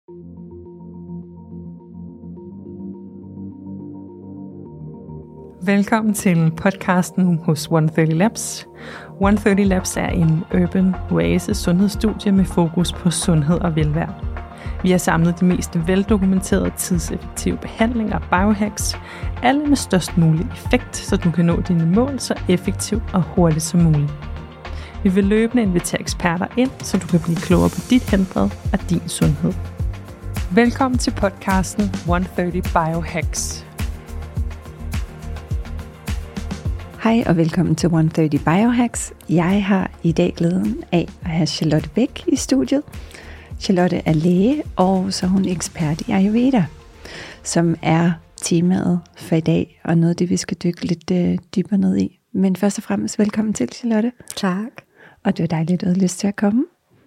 Velkommen til podcasten hos 130 Labs. 130 Labs er en urban oasis sundhedsstudie med fokus på sundhed og velvære. Vi har samlet de mest veldokumenterede tidseffektive behandlinger og biohacks, alle med størst mulig effekt, så du kan nå dine mål så effektivt og hurtigt som muligt. Vi vil løbende invitere eksperter ind, så du kan blive klogere på dit helbred og din sundhed. Velkommen til podcasten 130 Biohacks. Hej og velkommen til 130 Biohacks. Jeg har i dag glæden af at have Charlotte Bæk i studiet. Charlotte er læge, og så er hun ekspert i Ayurveda, som er temaet for i dag, og noget af det, vi skal dykke lidt dybere ned i. Men først og fremmest, velkommen til, Charlotte. Tak. Og det var dejligt, at du havde lyst til at komme.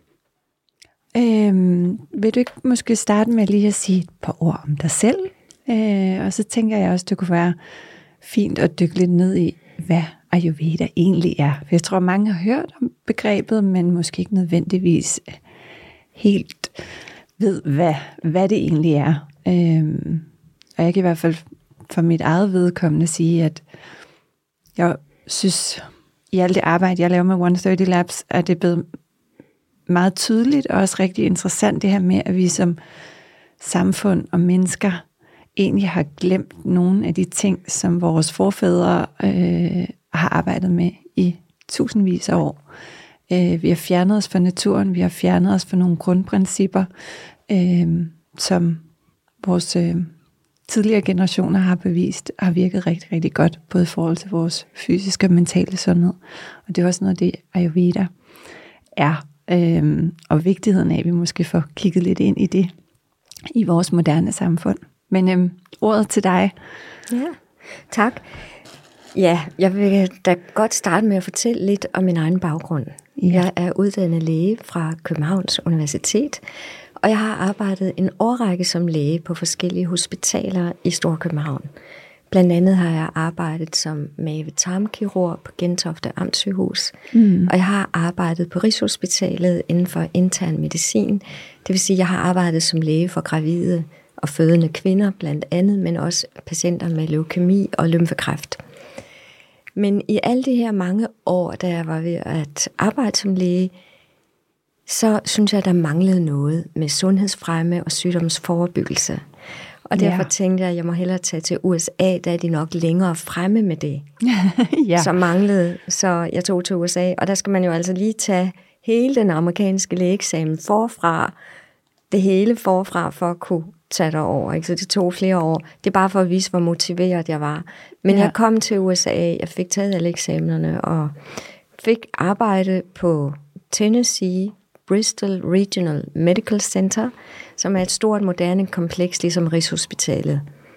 Vil du ikke måske starte med lige at sige et par ord om dig selv? Og så tænker jeg også, det kunne være fint at dykke lidt ned i, hvad Ayurveda egentlig er. For jeg tror, mange har hørt om begrebet, men måske ikke nødvendigvis helt ved, hvad det egentlig er. Og jeg kan i hvert fald for mit eget vedkommende sige, at jeg synes, i alt det arbejde, jeg laver med 130 Labs, er det blevet meget tydeligt og også rigtig interessant det her med, at vi som samfund og mennesker egentlig har glemt nogle af de ting, som vores forfædre har arbejdet med i tusindvis af år. Vi har fjernet os fra naturen, vi har fjernet os fra nogle grundprincipper, som vores tidligere generationer har bevist, har virket rigtig, rigtig godt, både i forhold til vores fysiske og mentale sundhed. Og det er også noget, det Ayurveda er, og vigtigheden af, at vi måske får kigget lidt ind i det i vores moderne samfund. Men ordet til dig. Ja, tak. Ja, jeg vil da godt starte med at fortælle lidt om min egen baggrund. Ja. Jeg er uddannet læge fra Københavns Universitet, og jeg har arbejdet en årrække som læge på forskellige hospitaler i Storkøbenhavn. Blandt andet har jeg arbejdet som mave-tarmkirurg på Gentofte Amtssygehus, og jeg har arbejdet på Rigshospitalet inden for intern medicin. Det vil sige, at jeg har arbejdet som læge for gravide og fødende kvinder blandt andet, men også patienter med leukemi og lymfekræft. Men i alle de her mange år, da jeg var ved at arbejde som læge, så synes jeg, der manglede noget med sundhedsfremme og sygdomsforebyggelse. Og derfor tænkte jeg, at jeg må hellere tage til USA, da er de nok længere fremme med det, som manglede. Så jeg tog til USA, og der skal man jo altså lige tage hele den amerikanske lægeeksamen forfra, det hele forfra for at kunne tage derover. Ikke? Så det tog flere år. Det er bare for at vise, hvor motiveret jeg var. Men jeg kom til USA, jeg fik taget alle eksamenerne, og fik arbejde på Tennessee Bristol Regional Medical Center, som er et stort, moderne kompleks, ligesom Rigshospitalet.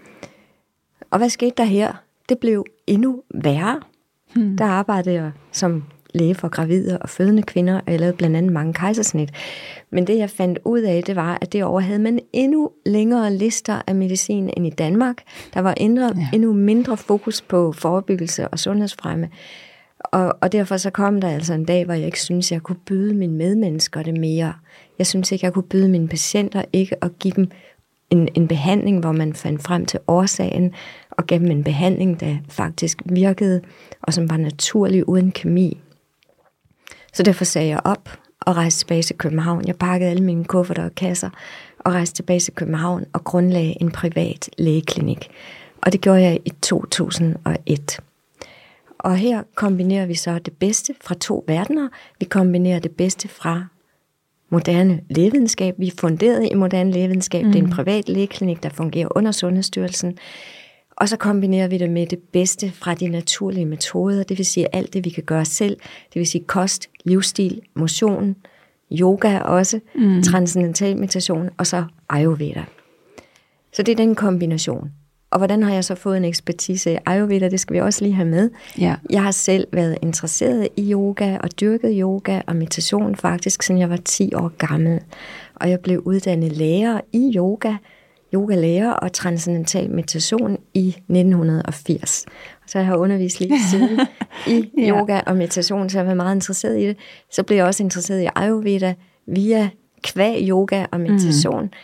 Og hvad skete der her? Det blev endnu værre. Der arbejdede jeg som læge for gravide og fødende kvinder, og jeg lavede blandt andet mange kejsersnit. Men det, jeg fandt ud af, det var, at derovre havde man endnu længere lister af medicin end i Danmark. Der var endnu mindre fokus på forebyggelse og sundhedsfremme. Og derfor så kom der altså en dag, hvor jeg ikke syntes, jeg kunne byde mine medmennesker det mere. Jeg synes ikke, jeg kunne byde mine patienter ikke at give dem en behandling, hvor man fandt frem til årsagen, og gav dem en behandling, der faktisk virkede, og som var naturlig uden kemi. Så derfor sagde jeg op og rejste tilbage til København. Jeg pakkede alle mine kufferter og kasser og rejste tilbage til København og grundlagde en privat lægeklinik. Og det gjorde jeg i 2001. Og her kombinerer vi så det bedste fra to verdener. Vi kombinerer det bedste fra moderne lægevidenskab. Vi er funderet i moderne lægevidenskab. Det er en privat lægeklinik, der fungerer under Sundhedsstyrelsen. Og så kombinerer vi det med det bedste fra de naturlige metoder. Det vil sige alt det, vi kan gøre selv. Det vil sige kost, livsstil, motion, yoga også, transcendental meditation og så Ayurveda. Så det er den kombination. Og hvordan har jeg så fået en ekspertise i Ayurveda? Det skal vi også lige have med. Ja. Jeg har selv været interesseret i yoga og dyrket yoga og meditation faktisk, siden jeg var 10 år gammel. Og jeg blev uddannet lærer i yogalærer og transcendental meditation i 1980. Så jeg har undervist lige siden i yoga og meditation, så jeg har været meget interesseret i det. Så blev jeg også interesseret i Ayurveda via yoga og meditation.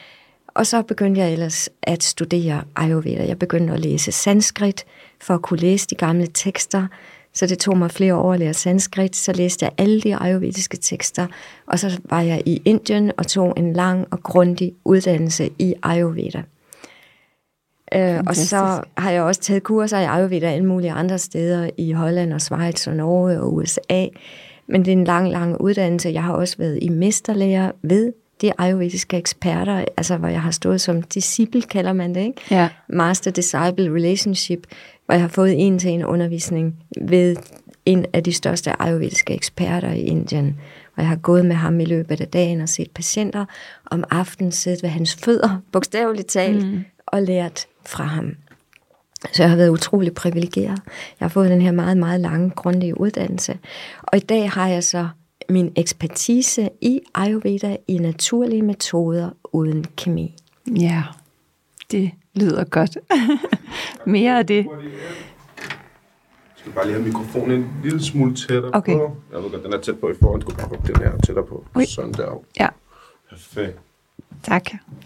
Og så begyndte jeg ellers at studere Ayurveda. Jeg begyndte at læse sanskrit for at kunne læse de gamle tekster. Så det tog mig flere år at lære sanskrit. Så læste jeg alle de ayurvediske tekster. Og så var jeg i Indien og tog en lang og grundig uddannelse i Ayurveda. Og så har jeg også taget kurser i Ayurveda alle mulige andre steder i Holland og Schweiz og Norge og USA. Men det er en lang uddannelse. Jeg har også været i mesterlærer ved de ayurvediske eksperter, altså hvor jeg har stået som disciple, kalder man det, ikke? Ja. Master-disciple relationship, hvor jeg har fået en-til-en undervisning ved en af de største ayurvediske eksperter i Indien. Og jeg har gået med ham i løbet af dagen og set patienter, om aftenen siddet ved hans fødder, bogstaveligt talt, og lært fra ham. Så jeg har været utrolig privilegeret. Jeg har fået den her meget, meget lange, grundige uddannelse. Og i dag har jeg så min ekspertise i Ayurveda i naturlige metoder uden kemi. Ja, det lyder godt. Mere af det. Jeg skal bare lige have mikrofonen en lille smule tættere på. Jeg ved godt, den er tæt på i forhold. Du kan bare den her tættere på. Sådan der. Ja. Perfekt. Tak.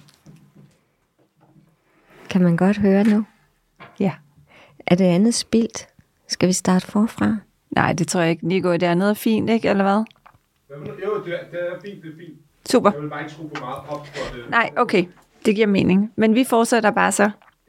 Kan man godt høre nu? Ja. Er det andet spildt? Skal vi starte forfra? Nej, det tror jeg ikke, Nico. Det er noget fint, ikke? Eller hvad? Jo, det er fint, det er fint. Super. Jeg vil bare ikke skrue for meget op for det. Nej, okay. Det giver mening. Men vi fortsætter bare så. Ja.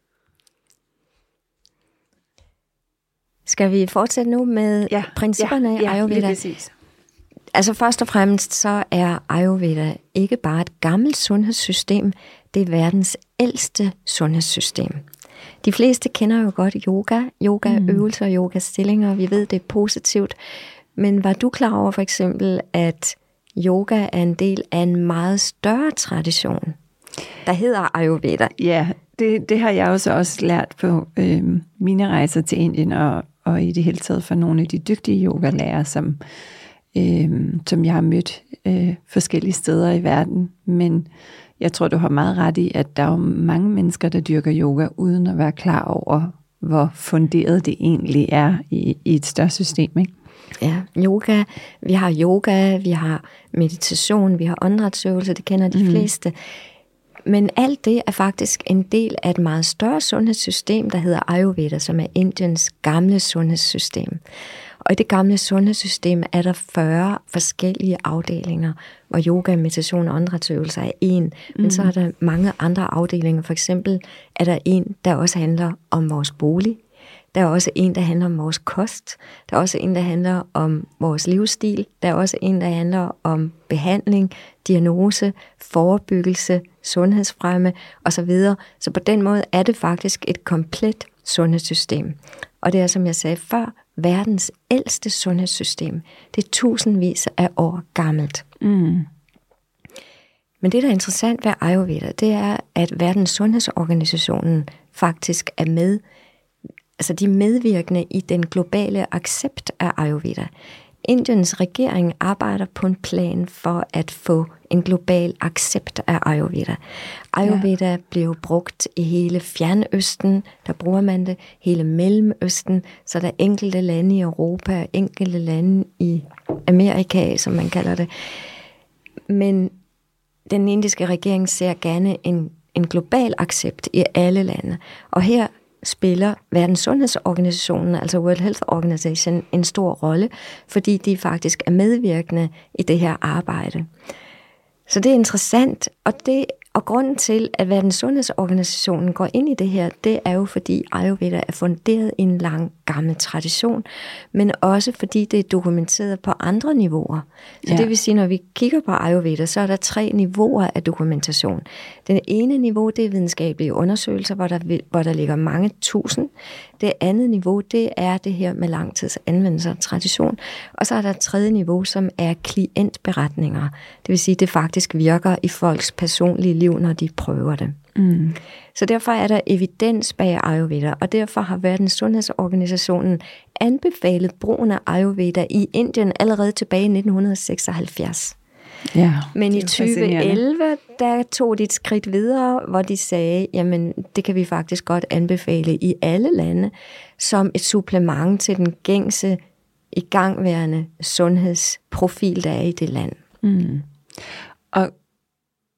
Skal vi fortsætte nu med principperne i Ayurveda? Ja, præcis. Altså først og fremmest så er Ayurveda ikke bare et gammelt sundhedssystem, det er verdens ældste sundhedssystem. De fleste kender jo godt yoga, yogaøvelser og yogastillinger, vi ved, det er positivt. Men var du klar over for eksempel, at yoga er en del af en meget større tradition, der hedder Ayurveda? Ja, det har jeg også lært på mine rejser til Indien, og i det hele taget for nogle af de dygtige yogalærere, som jeg har mødt forskellige steder i verden. Men jeg tror, du har meget ret i, at der er jo mange mennesker, der dyrker yoga, uden at være klar over, hvor funderet det egentlig er i et større system, ikke? Ja, yoga, vi har meditation, vi har åndedrætsøvelser, det kender de fleste. Men alt det er faktisk en del af et meget større sundhedssystem, der hedder Ayurveda, som er Indiens gamle sundhedssystem. Og i det gamle sundhedssystem er der 40 forskellige afdelinger, hvor yoga, meditation og åndedrætsøvelser er en. Men så er der mange andre afdelinger. For eksempel er der en, der også handler om vores bolig. Der er også en, der handler om vores kost. Der er også en, der handler om vores livsstil. Der er også en, der handler om behandling, diagnose, forebyggelse, sundhedsfremme osv. Så på den måde er det faktisk et komplet sundhedssystem. Og det er, som jeg sagde før, verdens ældste sundhedssystem. Det er tusindvis af år gammelt. Men det, der er interessant ved Ayurveda, det er, at verdens sundhedsorganisationen faktisk er med. Altså de medvirkende i den globale accept af Ayurveda. Indiens regering arbejder på en plan for at få en global accept af Ayurveda. Ayurveda bliver brugt i hele Fjernøsten, der bruger man det, hele Mellemøsten, så der er enkelte lande i Europa, enkelte lande i Amerika, som man kalder det. Men den indiske regering ser gerne en global accept i alle lande. Og her spiller Verdens Sundhedsorganisationen, altså World Health Organization, en stor rolle, fordi de faktisk er medvirkende i det her arbejde. Så det er interessant, og grunden til, at Verdens Sundhedsorganisationen går ind i det her, det er jo fordi Ayurveda er funderet i en lang gammel tradition, men også fordi det er dokumenteret på andre niveauer. Så det vil sige, når vi kigger på Ayurveda, så er der 3 niveauer af dokumentation. Den ene niveau, det er videnskabelige undersøgelser, hvor der ligger mange tusind. Det andet niveau, det er det her med langtidsanvendelse og tradition. Og så er der et tredje niveau, som er klientberetninger. Det vil sige, det faktisk virker i folks personlige liv, når de prøver det. Så derfor er der evidens bag Ayurveda, og derfor har Verdens Sundhedsorganisationen anbefalet brugen af Ayurveda i Indien allerede tilbage i 1976. Ja, men i 2011, der tog de et skridt videre, hvor de sagde, jamen det kan vi faktisk godt anbefale i alle lande, som et supplement til den gængse, igangværende sundhedsprofil, der er i det land. Og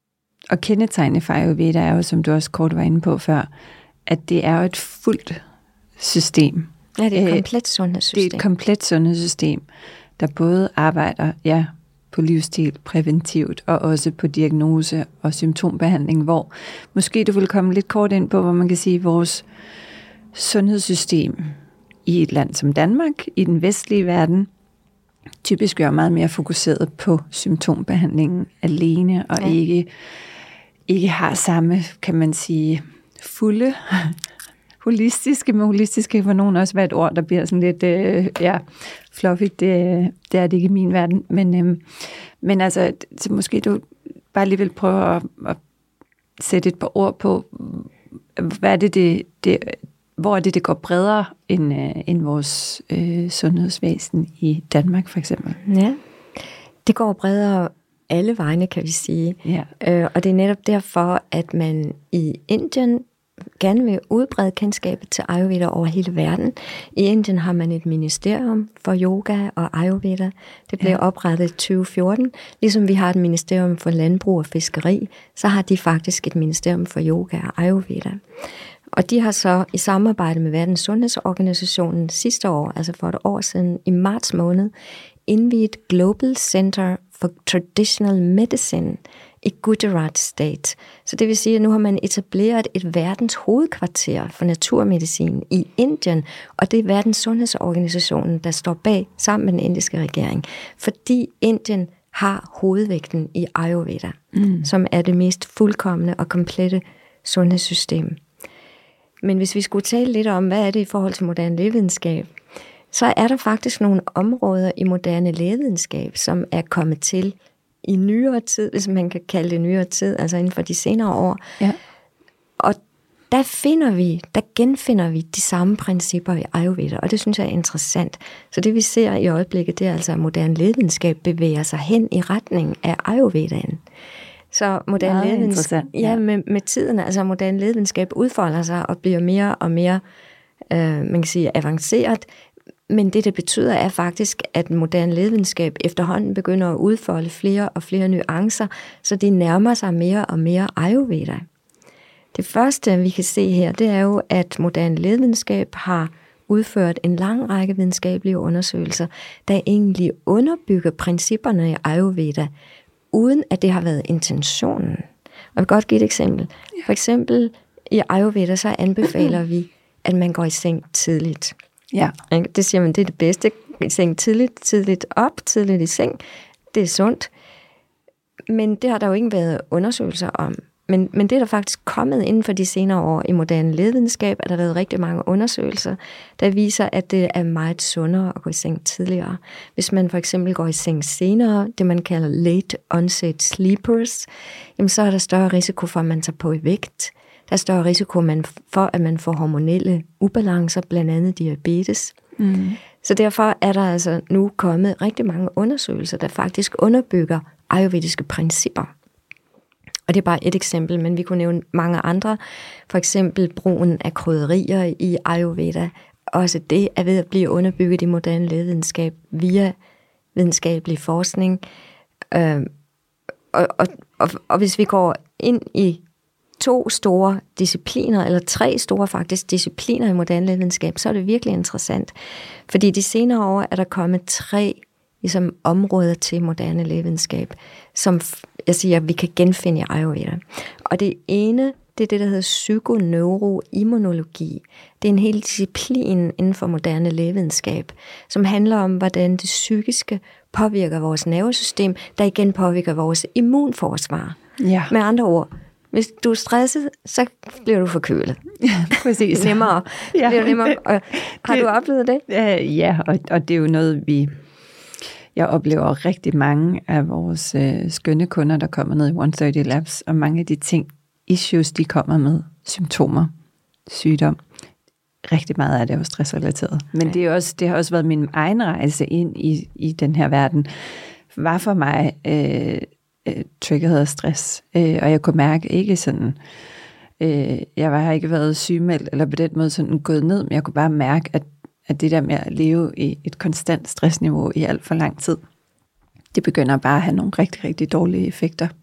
Og kendetegnende for Ayurveda er jo, som du også kort var inde på før, at det er jo et fuldt system. Ja, det er et komplet sundhedssystem. Det er et komplet sundhedssystem, der både arbejder på livsstil præventivt, og også på diagnose og symptombehandling, hvor måske du vil komme lidt kort ind på, hvor man kan sige, at vores sundhedssystem i et land som Danmark, i den vestlige verden, typisk er meget mere fokuseret på symptombehandlingen alene, og ikke har samme, kan man sige, fulde holistiske, for nogen også være et ord, der bliver sådan lidt, fluffy, det er det ikke i min verden, men altså, så måske du bare lige vil prøve at sætte et par ord på, hvad er hvor er det går bredere end vores sundhedsvæsen i Danmark for eksempel? Ja, det går bredere alle vegne, kan vi sige. Ja. Og det er netop derfor, at man i Indien gerne vil udbrede kendskabet til Ayurveda over hele verden. I Indien har man et ministerium for yoga og Ayurveda. Det blev oprettet i 2014. Ligesom vi har et ministerium for landbrug og fiskeri, så har de faktisk et ministerium for yoga og Ayurveda. Og de har så i samarbejde med Verdens Sundhedsorganisationen sidste år, altså for et år siden, i marts måned, indviet Global Center for Traditional Medicine i Gujarat State. Så det vil sige, at nu har man etableret et verdens hovedkvarter for naturmedicin i Indien, og det er Verdens Sundhedsorganisationen, der står bag sammen med den indiske regering, fordi Indien har hovedvægten i Ayurveda, som er det mest fuldkomne og komplette sundhedssystem. Men hvis vi skulle tale lidt om, hvad er det i forhold til moderne lægevidenskab, så er der faktisk nogle områder i moderne lægevidenskab, som er kommet til i nyere tid, hvis man kan kalde det nyere tid, altså inden for de senere år. Ja. Og der genfinder vi de samme principper i Ayurveda, og det synes jeg er interessant. Så det vi ser i øjeblikket, det er altså, at moderne lægevidenskab bevæger sig hen i retning af Ayurvedaen. Så moderne lægevidenskab, med tiden, altså moderne lægevidenskab udfolder sig og bliver mere og mere, man kan sige, avanceret. Men det betyder er faktisk, at moderne lægevidenskab efterhånden begynder at udfolde flere og flere nuancer, så det nærmer sig mere og mere Ayurveda. Det første, vi kan se her, det er jo, at moderne lægevidenskab har udført en lang række videnskabelige undersøgelser, der egentlig underbygger principperne i Ayurveda, uden at det har været intentionen. Og jeg vil godt give et eksempel. For eksempel i Ayurveda, så anbefaler vi, at man går i seng tidligt. Ja. Det siger man, det er det bedste. I seng tidligt op, tidligt i seng. Det er sundt. Men det har der jo ikke været undersøgelser om. Men det er der faktisk kommet inden for de senere år i moderne lægevidenskab, at der har været rigtig mange undersøgelser, der viser, at det er meget sundere at gå i seng tidligere. Hvis man for eksempel går i seng senere, det man kalder late onset sleepers, jamen så er der større risiko for, at man tager på i vægt. Der er større risiko for, at man får hormonelle ubalancer, blandt andet diabetes. Mm. Så derfor er der altså nu kommet rigtig mange undersøgelser, der faktisk underbygger ayurvediske principper. Og det er bare et eksempel, men vi kunne nævne mange andre. For eksempel brugen af krydderier i Ayurveda. Også det er ved at blive underbygget i moderne lægevidenskab via videnskabelig forskning. Og hvis vi går ind i 2 store discipliner, eller 3 store faktisk discipliner i moderne lægevidenskab, så er det virkelig interessant. Fordi de senere år er der kommet 3 ligesom områder til moderne lægevidenskab, som jeg siger, vi kan genfinde i Ayurveda. Og det ene, det er det, der hedder psykoneuroimmunologi. Det er en hel disciplin inden for moderne lægevidenskab, som handler om, hvordan det psykiske påvirker vores nervesystem, der igen påvirker vores immunforsvar. Ja. Med andre ord, hvis du er stresset, så bliver du forkølet. Ja, præcis. Nemmere. Ja. Bliver nemmere. Og har du oplevet det? Ja, og det er jo noget, jeg oplever rigtig mange af vores skønne kunder, der kommer ned i 130 Labs, og mange af de issues, de kommer med, symptomer, sygdom. Rigtig meget af det er jo stressrelateret. Men det har også været min egen rejse ind i den her verden, var for mig triggeret af stress. Og jeg kunne mærke ikke sådan, jeg har ikke været sygemeldt, eller på den måde sådan gået ned, men jeg kunne bare mærke, at det der med at leve i et konstant stressniveau i alt for lang tid, det begynder bare at have nogle rigtig, rigtig dårlige effekter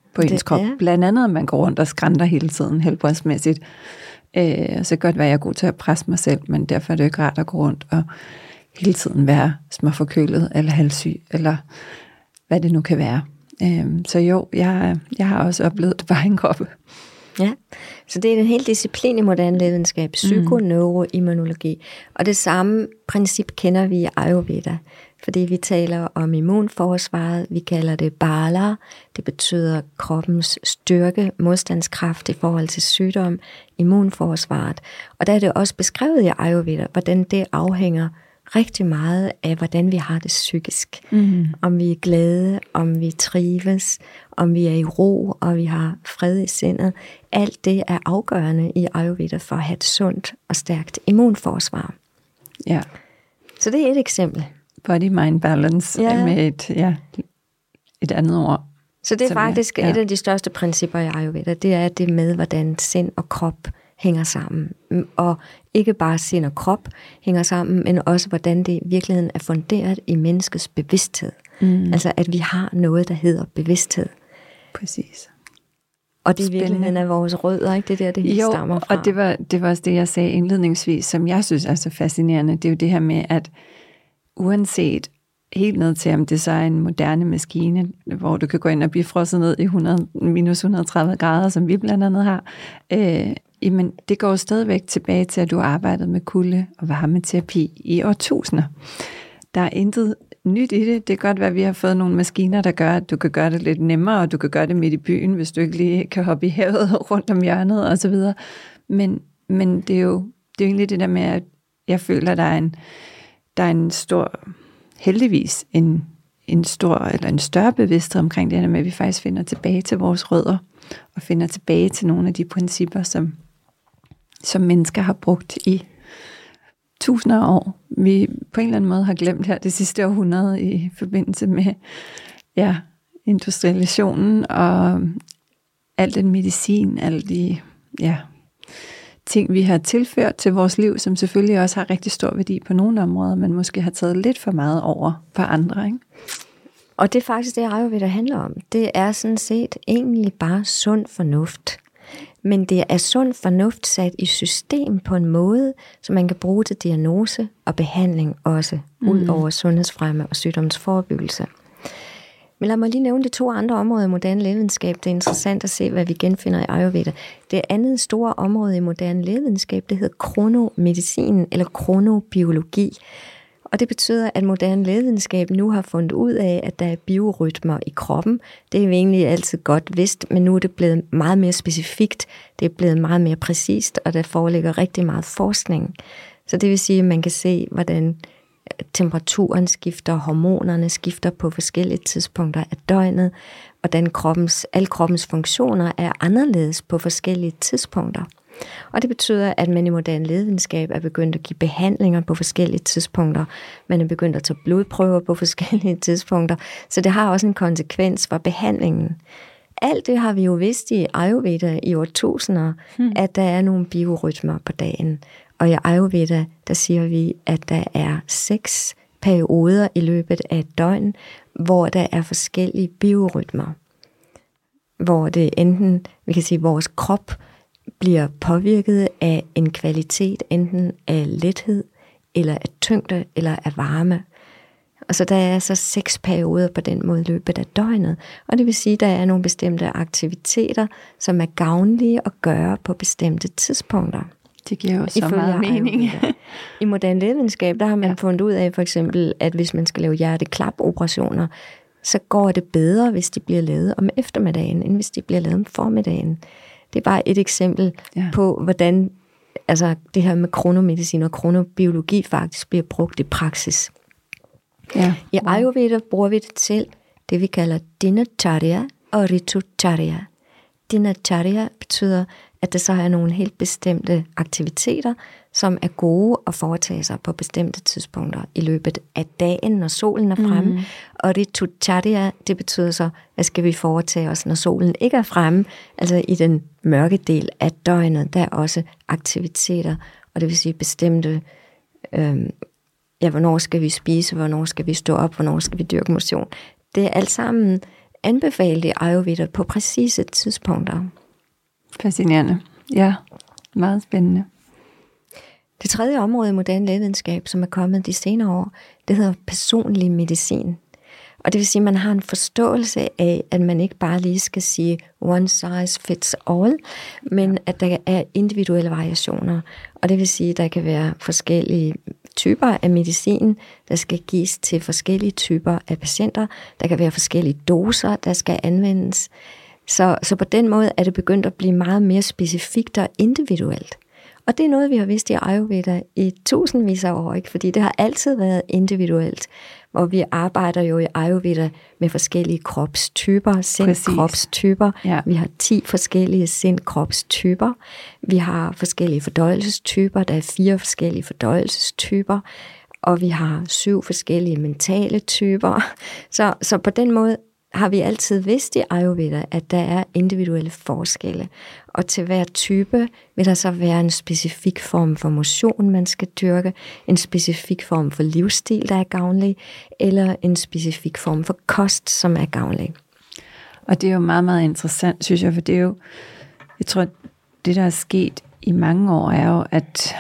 på ens krop. Blandt andet, at man går rundt og skrænter hele tiden helbredsmæssigt. Så kan godt være, at jeg er god til at presse mig selv, men derfor er det jo ikke rart at gå rundt og hele tiden være småforkølet, eller halssyg, eller hvad det nu kan være. Så jo, jeg har også oplevet det bare i en krop. Ja, så det er en hel disciplin i moderne lægevidenskab, psykoneuroimmunologi. Og det samme princip kender vi i Ayurveda, fordi vi taler om immunforsvaret, vi kalder det bala, det betyder kroppens styrke, modstandskraft i forhold til sygdom, immunforsvaret. Og der er det også beskrevet i Ayurveda, hvordan det afhænger rigtig meget af, hvordan vi har det psykisk. Om vi er glade, om vi trives, om vi er i ro, og vi har fred i sindet. Alt det er afgørende i Ayurveda for at have et sundt og stærkt immunforsvar. Ja. Så det er et eksempel. Body-mind balance med et andet ord. Så det er faktisk et af de største principper i Ayurveda. Det er det med, hvordan sind og krop hænger sammen. Og ikke bare sind og krop hænger sammen, men også hvordan det i virkeligheden er funderet i menneskets bevidsthed. Altså at vi har noget, der hedder bevidsthed. Præcis. Og det i virkeligheden er vores rødder, ikke? Det hele stammer fra. Og det var også det, jeg sagde indledningsvis, som jeg synes er så fascinerende. Det er jo det her med, at uanset helt ned til, om det så er en moderne maskine, hvor du kan gå ind og blive frosset ned i minus 130 grader, som vi blandt andet har, jamen det går jo stadigvæk tilbage til, at du har arbejdet med kulde og varmeterapi i årtusinder. Der er intet nyt i det. Det kan godt være, at vi har fået nogle maskiner, der gør, at du kan gøre det lidt nemmere, og du kan gøre det midt i byen, hvis du ikke lige kan hoppe i havet rundt om hjørnet og så videre. Men det er jo egentlig det der med, at jeg føler, at der er en stor, heldigvis en stor eller en større bevidsthed omkring det her med, at vi faktisk finder tilbage til vores rødder, og finder tilbage til nogle af de principper, som mennesker har brugt i tusinder af år. Vi på en eller anden måde har glemt her det sidste århundrede i forbindelse med industrialisationen og al den medicin, alle de ting, vi har tilført til vores liv, som selvfølgelig også har rigtig stor værdi på nogle områder, men måske har taget lidt for meget over på andre, ikke? Og det er faktisk det, Ayurveda handler om. Det er sådan set egentlig bare sund fornuft. Men det er sund fornuft sat i system på en måde, så man kan bruge til diagnose og behandling også, ud over sundhedsfremme og sygdomsforebyggelse. Men lad mig lige nævne de 2 andre områder i moderne lægevidenskab. Det er interessant at se, hvad vi genfinder i Ayurveda. Det andet store område i moderne lægevidenskab, det hedder kronomedicin eller kronobiologi. Og det betyder, at moderne lægevidenskab nu har fundet ud af, at der er biorytmer i kroppen. Det er jo egentlig altid godt vidst, men nu er det blevet meget mere specifikt. Det er blevet meget mere præcist, og der foreligger rigtig meget forskning. Så det vil sige, at man kan se, hvordan temperaturen skifter, hormonerne skifter på forskellige tidspunkter af døgnet, hvordan alle kroppens funktioner er anderledes på forskellige tidspunkter. Og det betyder, at man i moderne lægevidenskab er begyndt at give behandlinger på forskellige tidspunkter. Man er begyndt at tage blodprøver på forskellige tidspunkter. Så det har også en konsekvens for behandlingen. Alt det har vi jo vidst i Ayurveda i årtusinder, at der er nogle biorytmer på dagen. Og i Ayurveda, der siger vi, at der er 6 perioder i løbet af et døgn, hvor der er forskellige biorytmer. Hvor det enten, vi kan sige, vores krop bliver påvirket af en kvalitet, enten af lethed, eller af tyngde, eller af varme. Og så der er så 6 perioder på den måde i løbet af døgnet. Og det vil sige, at der er nogle bestemte aktiviteter, som er gavnlige at gøre på bestemte tidspunkter. Det giver jo så meget mening. I moderne lægevidenskab, der har man fundet ud af for eksempel, at hvis man skal lave hjerteklap-operationer, så går det bedre, hvis de bliver lavet om eftermiddagen, end hvis de bliver lavet om formiddagen. Det er bare et eksempel på, hvordan det her med kronomedicin og kronobiologi faktisk bliver brugt i praksis. Ja. I Ayurveda bruger vi det til det, vi kalder dinacharya og ritucharya. Dinacharya betyder, at der så er nogle helt bestemte aktiviteter, som er gode at foretage sig på bestemte tidspunkter i løbet af dagen, når solen er fremme. Og ritucharya, det betyder så, hvad skal vi foretage os, når solen ikke er fremme, altså i den mørke del af døgnet, der er også aktiviteter, og det vil sige bestemte, hvornår skal vi spise, hvornår skal vi stå op, hvornår skal vi dyrke motion. Det er alt sammen anbefale det Ayurveda på præcise tidspunkter. Fascinerende. Ja, meget spændende. Det tredje område i moderne lægevidenskab, som er kommet de senere år, det hedder personlig medicin. Og det vil sige, at man har en forståelse af, at man ikke bare lige skal sige one size fits all, men at der er individuelle variationer. Og det vil sige, at der kan være forskellige typer af medicin, der skal gives til forskellige typer af patienter. Der kan være forskellige doser, der skal anvendes. Så på den måde er det begyndt at blive meget mere specifikt og individuelt. Og det er noget, vi har vidst i Ayurveda i tusindvis af år, ikke? Fordi det har altid været individuelt, hvor vi arbejder jo i Ayurveda med forskellige kropstyper, sind-kropstyper. Ja. Vi har 10 forskellige sind-kropstyper. Vi har forskellige fordøjelsestyper. Der er 4 forskellige fordøjelsestyper. Og vi har 7 forskellige mentale typer. Så på den måde har vi altid vidst i Ayurveda, at der er individuelle forskelle. Og til hver type vil der så være en specifik form for motion, man skal dyrke, en specifik form for livsstil, der er gavnlig, eller en specifik form for kost, som er gavnlig. Og det er jo meget, meget interessant, synes jeg, for det er jo, jeg tror, det der er sket i mange år, er jo, at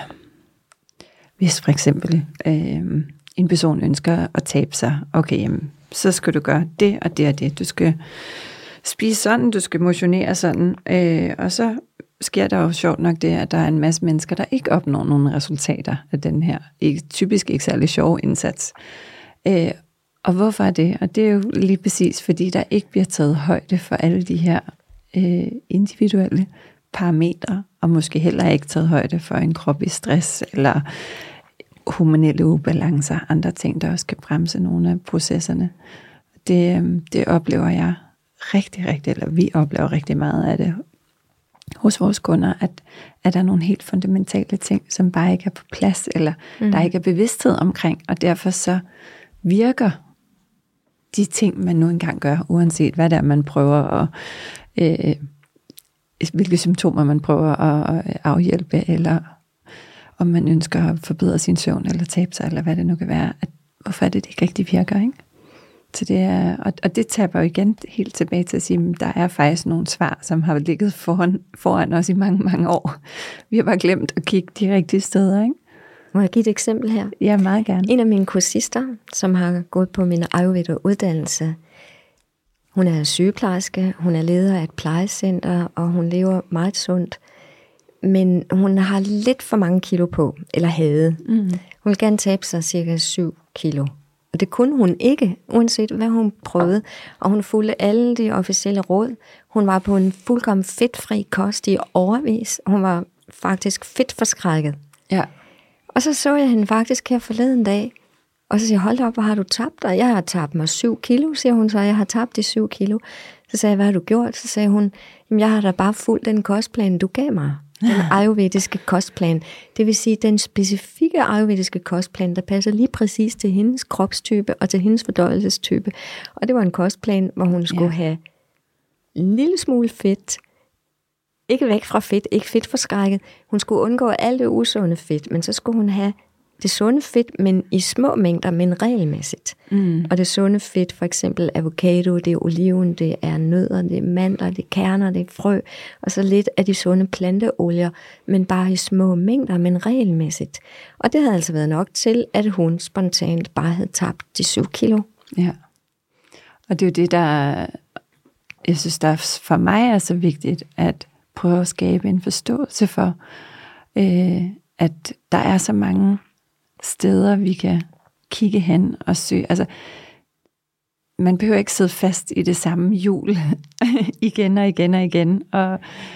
hvis for eksempel en person ønsker at tabe sig, okay, jamen, så skal du gøre det og det og det. Du skal spise sådan, du skal motionere sådan, og så sker der jo sjovt nok det, at der er en masse mennesker, der ikke opnår nogen resultater af den her typisk ikke særlig sjove indsats. Og hvorfor er det? Og det er jo lige præcis, fordi der ikke bliver taget højde for alle de her individuelle parametre, og måske heller ikke taget højde for en krop i stress, eller hormonelle ubalancer, andre ting, der også kan bremse nogle af processerne. Det oplever jeg eller vi oplever rigtig meget af det hos vores kunder, at der er nogle helt fundamentale ting, som bare ikke er på plads, eller der ikke er bevidsthed omkring, og derfor så virker de ting, man nu engang gør, uanset hvad det er, man prøver at, hvilke symptomer man prøver at afhjælpe, eller om man ønsker at forbedre sin søvn, eller tabe sig, eller hvad det nu kan være, hvorfor er det ikke rigtig virker, ikke? Så det er, og det taber jo igen helt tilbage til at sige, at der er faktisk nogle svar, som har ligget foran os i mange, mange år. Vi har bare glemt at kigge de rigtige steder, ikke? Må jeg give et eksempel her? Ja, meget gerne. En af mine kursister, som har gået på min Ayurveda-uddannelse, hun er sygeplejerske, hun er leder af et plejecenter, og hun lever meget sundt. Men hun har lidt for mange kilo på, eller havde. Hun vil gerne tabe sig cirka 7 kilo. Og det kunne hun ikke, uanset hvad hun prøvede. Og hun fulgte alle de officielle råd. Hun var på en fuldkommen fedtfri kost i årevis. Hun var faktisk fedtforskrækket. Ja. Og så jeg hende faktisk her forleden dag. Og så siger jeg, hold op, hvor har du tabt dig? Jeg har tabt mig 7 kilo, siger hun så. Jeg har tabt de 7 kilo. Så sagde jeg, hvad har du gjort? Så sagde hun, jamen jeg har da bare fulgt den kostplan, du gav mig. Den ayurvediske kostplan. Det vil sige, den specifikke ayurvediske kostplan, der passer lige præcis til hendes kropstype og til hendes fordøjelsestype. Og det var en kostplan, hvor hun skulle have en lille smule fedt. Ikke væk fra fedt, ikke fedtforskrækket. Hun skulle undgå alt det usunde fedt, men så skulle hun have det sunde fedt, men i små mængder, men regelmæssigt. Og det sunde fedt, for eksempel avocado, det er oliven, det er nødder, det er mandler, det er kerner, det er frø, og så lidt af de sunde planteolier, men bare i små mængder, men regelmæssigt. Og det havde altså været nok til, at hun spontant bare havde tabt de 7 kilo. Ja. Og det er jo det, der, jeg synes, der for mig er så vigtigt, at prøve at skabe en forståelse for, at der er så mange steder, vi kan kigge hen og søge. Altså, man behøver ikke sidde fast i det samme hjul igen og igen og igen. Og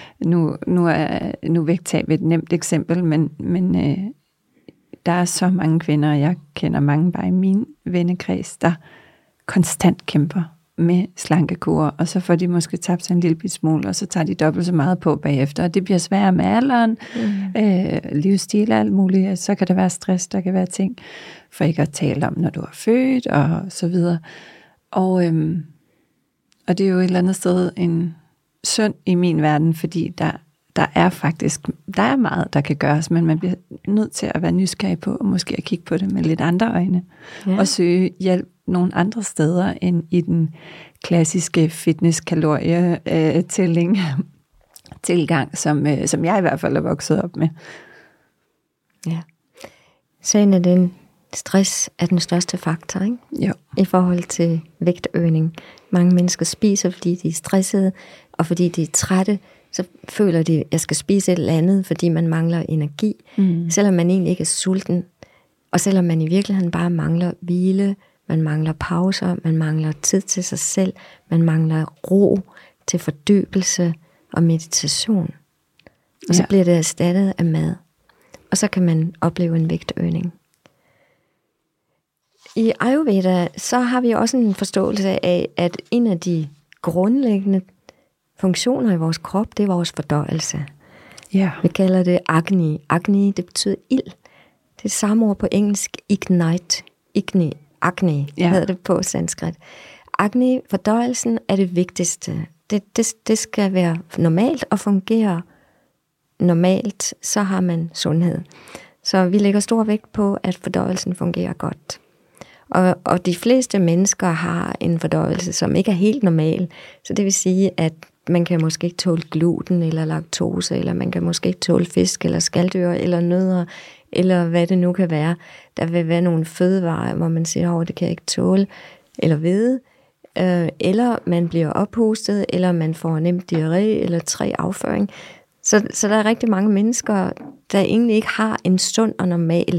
nu vægttab et nemt eksempel, men der er så mange kvinder, og jeg kender mange bare i min vennekreds, der konstant kæmper med slankekurer, og så får de måske tabt sig en lille smule, og så tager de dobbelt så meget på bagefter, og det bliver sværere med alderen, livsstil og alt muligt, så kan der være stress, der kan være ting, for ikke at tale om, når du er født, og så videre. Og det er jo et eller andet sted en synd i min verden, fordi der er meget, der kan gøres, men man bliver nødt til at være nysgerrig på, og måske at kigge på det med lidt andre øjne, og søge hjælp nogle andre steder end i den klassiske fitness-kalorie-tælling tilgang, som jeg i hvert fald er vokset op med. Ja. Sagen er den, stress er den største faktor, ikke? Jo. I forhold til vægtøgning. Mange mennesker spiser, fordi de er stressede, og fordi de er trætte, så føler de, at jeg skal spise et eller andet, fordi man mangler energi, selvom man egentlig ikke er sulten, og selvom man i virkeligheden bare mangler hvile, man mangler pauser, man mangler tid til sig selv, man mangler ro til fordybelse og meditation. Og så bliver det erstattet af mad. Og så kan man opleve en vægtøgning. I Ayurveda, så har vi også en forståelse af, at en af de grundlæggende funktioner i vores krop, det er vores fordøjelse. Ja. Vi kalder det Agni. Agni, det betyder ild. Det er samme ord på engelsk, ignite. Agni hedder det på sanskrit. Agni, fordøjelsen, er det vigtigste. Det skal være normalt og fungere normalt, så har man sundhed. Så vi lægger stor vægt på, at fordøjelsen fungerer godt. Og de fleste mennesker har en fordøjelse, som ikke er helt normal. Så det vil sige, at man kan måske ikke tåle gluten eller laktose, eller man kan måske ikke tåle fisk eller skaldyr eller nødder, eller hvad det nu kan være. Der vil være nogle fødevarer, hvor man siger, det kan jeg ikke tåle, eller hvede, eller man bliver ophustet, eller man får nemt diarré eller afføring. Så der er rigtig mange mennesker, der egentlig ikke har en sund og normal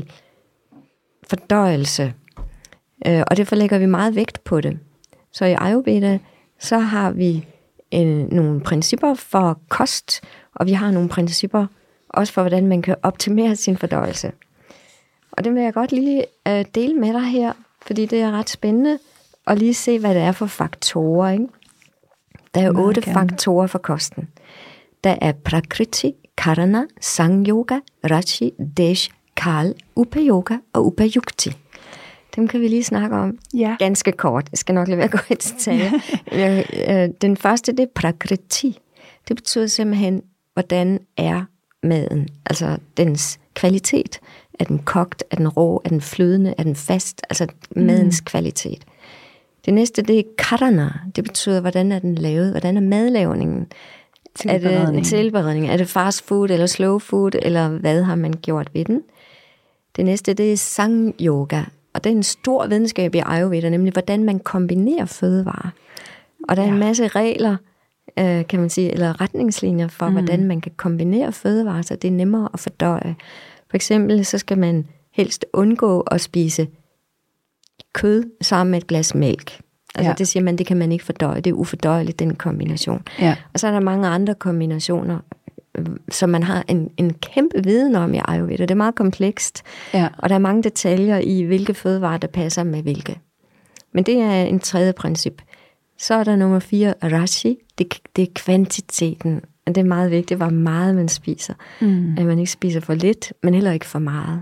fordøjelse. Og derfor lægger vi meget vægt på det. Så i Ayurveda, så har vi nogle principper for kost, og vi har nogle principper også for, hvordan man kan optimere sin fordøjelse. Og det vil jeg godt lige dele med dig her, fordi det er ret spændende at lige se, hvad det er for faktorer. Ikke? Der er 8 faktorer for kosten. Der er Prakriti, Karana, Sangyoga, Rashi, Desh, Kal, Upayoga og Upayukti. Dem kan vi lige snakke om ganske kort. Jeg skal nok lade være at gå i detaljer. Den første, det er Prakriti. Det betyder simpelthen, hvordan er maden? Altså dens kvalitet. Er den kogt? Er den rå? Er den flydende? Er den fast? Altså madens kvalitet. Det næste, det er Karana. Det betyder, hvordan er den lavet? Hvordan er madlavningen? Er det en tilberedning? Er det fast food eller slow food? Eller hvad har man gjort ved den? Det næste, det er Sang Yoga. Og det er en stor videnskab i Ayurveda, nemlig hvordan man kombinerer fødevarer. Og der er en masse regler, kan man sige, eller retningslinjer for, hvordan man kan kombinere fødevarer, så det er nemmere at fordøje. For eksempel, så skal man helst undgå at spise kød sammen med et glas mælk. Altså det siger man, det kan man ikke fordøje. Det er ufordøjeligt, den kombination. Ja. Og så er der mange andre kombinationer, som man har en kæmpe viden om i Ayurveda. Det er meget komplekst, og der er mange detaljer i, hvilke fødevarer, der passer med hvilke. Men det er en tredje princip. Så er der nummer 4, Rashi. Det er kvantiteten. Og det er meget vigtigt, hvor meget man spiser. At man ikke spiser for lidt, men heller ikke for meget.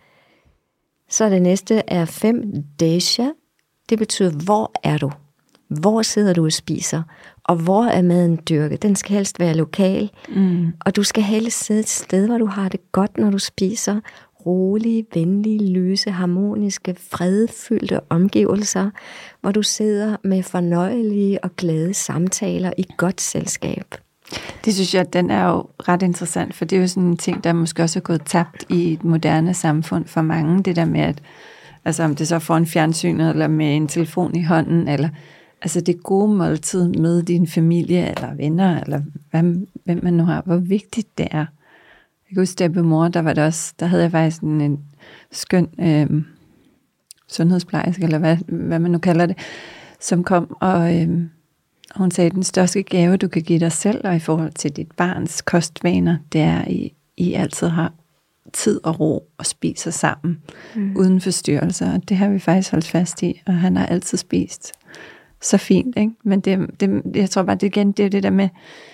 Så det næste er 5, Desha. Det betyder, hvor er du? Hvor sidder du og spiser? Og hvor er maden dyrket? Den skal helst være lokal. Og du skal helst sidde et sted, hvor du har det godt, når du spiser. Rolige, venlige, lyse, harmoniske, fredfyldte omgivelser, hvor du sidder med fornøjelige og glade samtaler i godt selskab. Det synes jeg, den er jo ret interessant, for det er jo sådan en ting, der måske også er gået tabt i et moderne samfund for mange. Det der med, at altså om det så får en fjernsynet, eller med en telefon i hånden, eller altså det gode måltid med din familie, eller venner, eller hvem man nu har, hvor vigtigt det er. Jeg kan huske, da mor, der havde jeg faktisk en skøn sundhedsplejerske, eller hvad man nu kalder det, som kom, og hun sagde, at den største gave, du kan give dig selv, og i forhold til dit barns kostvaner, det er, at I altid har tid og ro og spiser sammen, uden forstyrrelser. Og det har vi faktisk holdt fast i, og han har altid spist så fint, ikke? Men jeg tror bare, det er det der med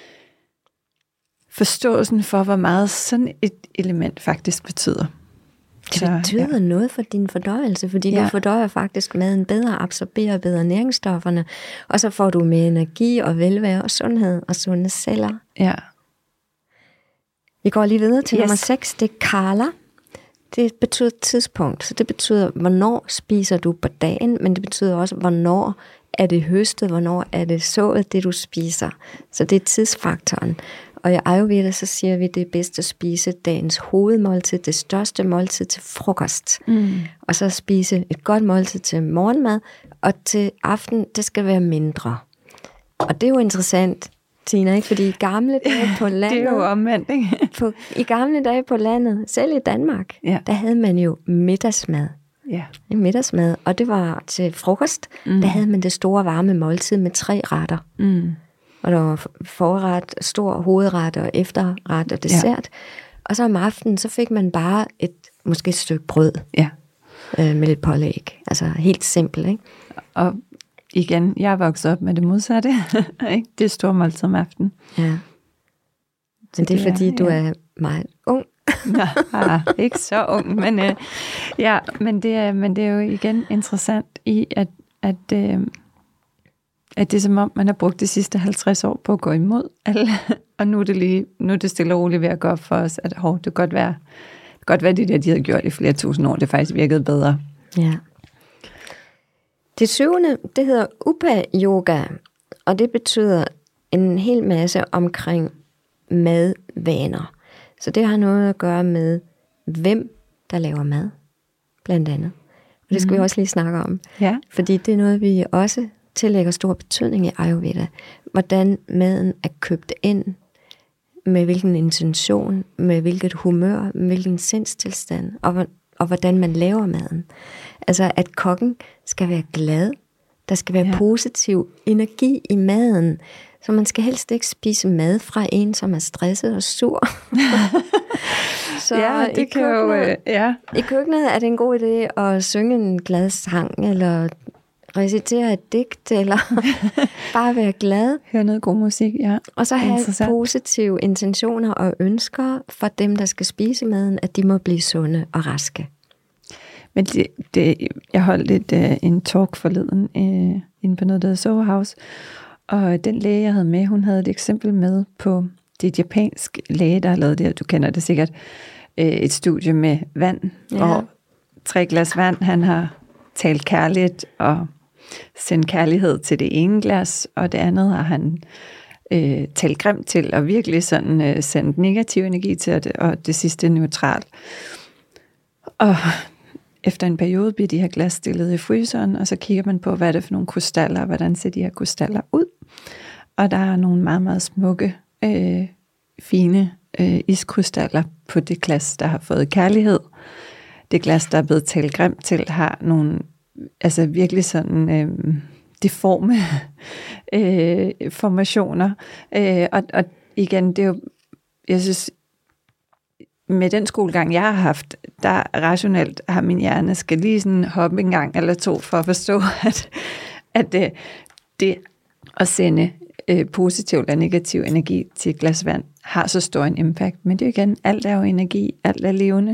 forståelsen for, hvor meget sådan et element faktisk betyder. Det betyder noget for din fordøjelse, fordi du fordøjer faktisk maden bedre, absorberer bedre næringsstofferne, og så får du mere energi og velvære og sundhed og sunde celler. Ja. Vi går lige videre til nummer 6, det er Kala. Det betyder tidspunkt, så det betyder, hvornår spiser du på dagen, men det betyder også, hvornår er det høstet, hvornår er det sået, det du spiser. Så det er tidsfaktoren. Og i Ayurveda, så siger vi, det er bedst at spise dagens hovedmåltid, det største måltid til frokost. Og så spise et godt måltid til morgenmad, og til aften, det skal være mindre. Og det er jo interessant, Tina, ikke? Fordi i gamle dage på landet... det er jo omvendt, ikke? I gamle dage på landet, selv i Danmark, der havde man jo middagsmad. Ja. En middagsmad, og det var til frokost. Der havde man det store varme måltid med 3 retter. Og der var forret, stor hovedret og efterret og dessert. Og så om aftenen, så fik man bare måske et stykke brød med lidt pålæg. Altså helt simpelt, ikke? Og igen, jeg er vokset op med det modsatte. Ikke? Det er stor måltid om aftenen. Ja. Men det er fordi, du er meget ung. Nej, ikke så ung, men men det er jo igen interessant i, at det er som om, man har brugt de sidste 50 år på at gå imod alle, og nu er det stille og roligt ved at gå op for os, at det kan godt være det der, de havde gjort i flere tusind år, det faktisk virkede bedre. Ja. Det 7. det hedder Upa-yoga, og det betyder en hel masse omkring madvaner. Så det har noget at gøre med, hvem der laver mad, blandt andet. Og det skal vi også lige snakke om. Ja. Fordi det er noget, vi også tillægger stor betydning i Ayurveda. Hvordan maden er købt ind, med hvilken intention, med hvilket humør, med hvilken sindstilstand, og hvordan man laver maden. Altså, at kokken skal være glad. Der skal være positiv energi i maden. Så man skal helst ikke spise mad fra en, som er stresset og sur. Så det kan jo... I køkkenet er det en god idé at synge en glad sang, eller recitere et digt, eller bare være glad. Høre noget god musik, ja. Og så have positive intentioner og ønsker for dem, der skal spise maden, at de må blive sunde og raske. Men jeg holdt en talk forleden inde på noget, der hedder Soho House, og den læge, jeg havde med, hun havde et eksempel med på det japansk læge, der har lavet det her, du kender det sikkert, et studie med vand, og 3 glas vand, han har talt kærligt og sendt kærlighed til det ene glas, og det andet har han talt grimt til, og virkelig sådan sendt negativ energi til det, og det sidste neutralt. Og efter en periode bliver de her glas stillet i fryseren, og så kigger man på, hvad er det for nogle krystaller, og hvordan ser de her krystaller ud. Og der er nogle meget, meget smukke, fine iskrystaller på det glas, der har fået kærlighed. Det glas, der er blevet talt grimt til, har nogle, altså virkelig sådan deforme formationer. Og igen, det er jo, jeg synes, med den skolegang, jeg har haft, der rationelt har min hjerne skal lige sådan hoppe en gang eller 2 for at forstå, at det at sende positiv eller negativ energi til et glas vand har så stor en impact. Men det er jo igen, alt er jo energi, alt er levende.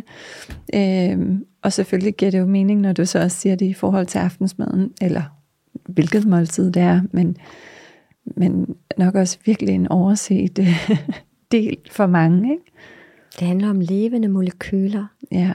Og selvfølgelig giver det jo mening, når du så også siger det i forhold til aftensmaden, eller hvilket måltid det er, men nok også virkelig en overset del for mange, ikke? Det handler om levende molekyler. Ja.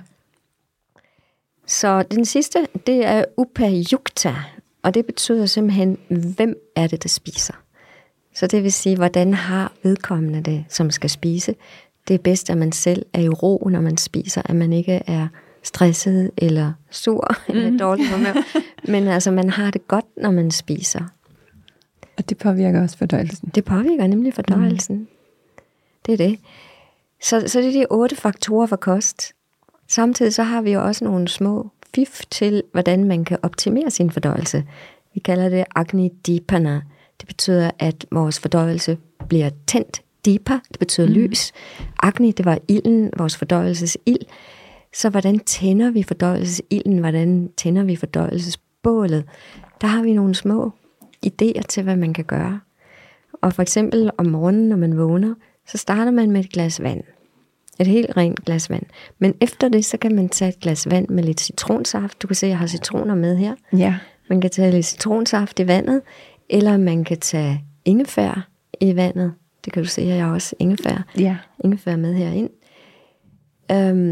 Så den sidste, det er upayukta, og det betyder simpelthen, hvem er det, der spiser. Så det vil sige, hvordan har vedkommende det, som skal spise. Det er bedst, at man selv er i ro, når man spiser, at man ikke er stresset eller sur eller dårlig humør. Men altså, man har det godt, når man spiser. Og det påvirker også fordøjelsen. Det påvirker nemlig fordøjelsen. Det er det. Så det er de 8 faktorer for kost. Samtidig så har vi jo også nogle små fif til, hvordan man kan optimere sin fordøjelse. Vi kalder det Agni Dipana. Det betyder, at vores fordøjelse bliver tændt. Dipa, det betyder lys. Agni, det var ilden, vores fordøjelsesil. Så hvordan tænder vi fordøjelsesilden? Hvordan tænder vi fordøjelsesbålet? Der har vi nogle små idéer til, hvad man kan gøre. Og for eksempel om morgenen, når man vågner, så starter man med et glas vand. Et helt rent glas vand. Men efter det, så kan man tage et glas vand med lidt citronsaft. Du kan se, at jeg har citroner med her. Ja. Man kan tage lidt citronsaft i vandet, eller man kan tage ingefær i vandet. Det kan du se, at jeg har også ingefær med herind.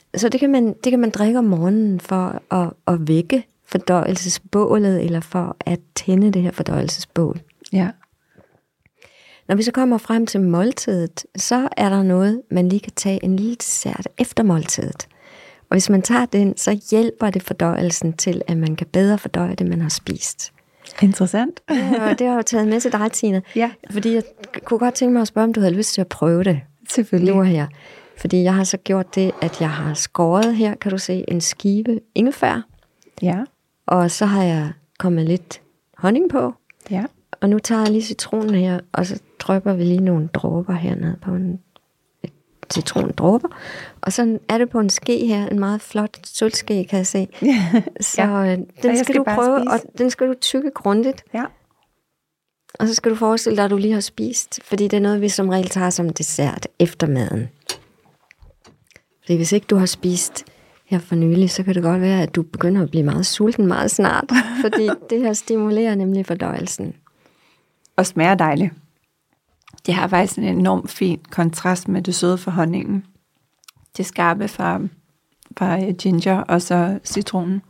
Så det kan man drikke om morgenen for at vække fordøjelsesbålet, eller for at tænde det her fordøjelsesbål. Ja. Når vi så kommer frem til måltidet, så er der noget, man lige kan tage en lille dessert efter måltidet. Og hvis man tager den, så hjælper det fordøjelsen til, at man kan bedre fordøje det, man har spist. Interessant. Ja, det har jeg taget med til dig, Tina. Ja. Fordi jeg kunne godt tænke mig at spørge, om du havde lyst til at prøve det. Selvfølgelig. Nu her. Fordi jeg har så gjort det, at jeg har skåret her, kan du se, en skive ingefær. Ja. Og så har jeg kommet lidt honning på. Ja. Og nu tager jeg lige citronen her, og så drypper vi lige nogle dråber hernede på et citrondråber. Og så er det på en ske her, en meget flot sølvske, kan jeg se. Så den skal du prøve, og den skal du tygge grundigt. Ja. Og så skal du forestille dig, at du lige har spist, fordi det er noget, vi som regel tager som dessert efter maden. Fordi hvis ikke du har spist her for nylig, så kan det godt være, at du begynder at blive meget sulten meget snart, fordi det her stimulerer nemlig fordøjelsen. Og smager dejligt. Det har faktisk en enorm fin kontrast med det søde fra honningen. Det skarpe fra ginger og så citronen.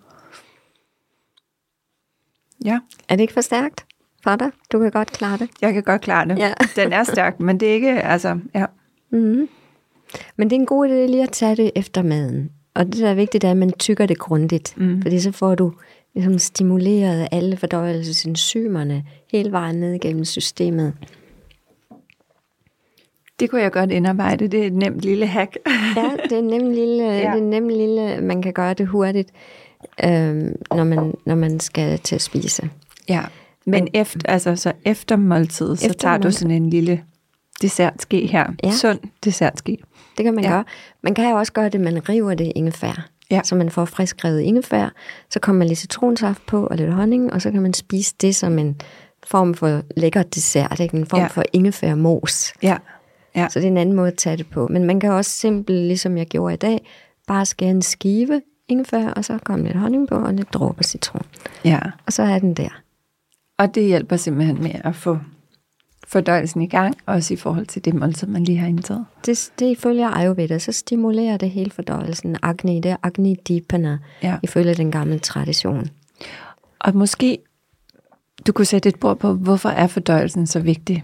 Ja. Er det ikke for stærkt for dig? Du kan godt klare det. Jeg kan godt klare det. Ja. Den er stærk, men det er ikke, altså, ja. Mm-hmm. Men det er en god idé lige at tage det efter maden. Og det, der er vigtigt, er, at man tygger det grundigt. Fordi så får du ligesom stimuleret alle fordøjelsesenzymerne hele vejen ned igennem systemet. Det kunne jeg godt indarbejde. Det er et nemt lille hack. Ja, det er nemt lille, man kan gøre det hurtigt, når man skal til at spise. Ja, men efter måltidet, så tager du sådan en lille dessertske her. Ja. Sund dessertske. Det kan man gøre. Man kan jo også gøre det, man river det ingefær. Ja. Så man får frisk revet ingefær. Så kommer man lidt citronsaft på og lidt honning, og så kan man spise det som en form for lækker dessert, ikke? En form for ingefærmos. Ja. Ja. Så det er en anden måde at tage det på. Men man kan også simpelthen, ligesom jeg gjorde i dag, bare skære en skive ingefær, og så komme lidt honning på og lidt dråber citron. Ja. Og så er den der. Og det hjælper simpelthen med at få fordøjelsen i gang, også i forhold til det måltid, man lige har indtaget. Det ifølge Ayurveda, så stimulerer det hele fordøjelsen. Agni, det er Agni Dipana, ifølge den gamle tradition. Og måske, du kunne sætte et bord på, hvorfor er fordøjelsen så vigtig?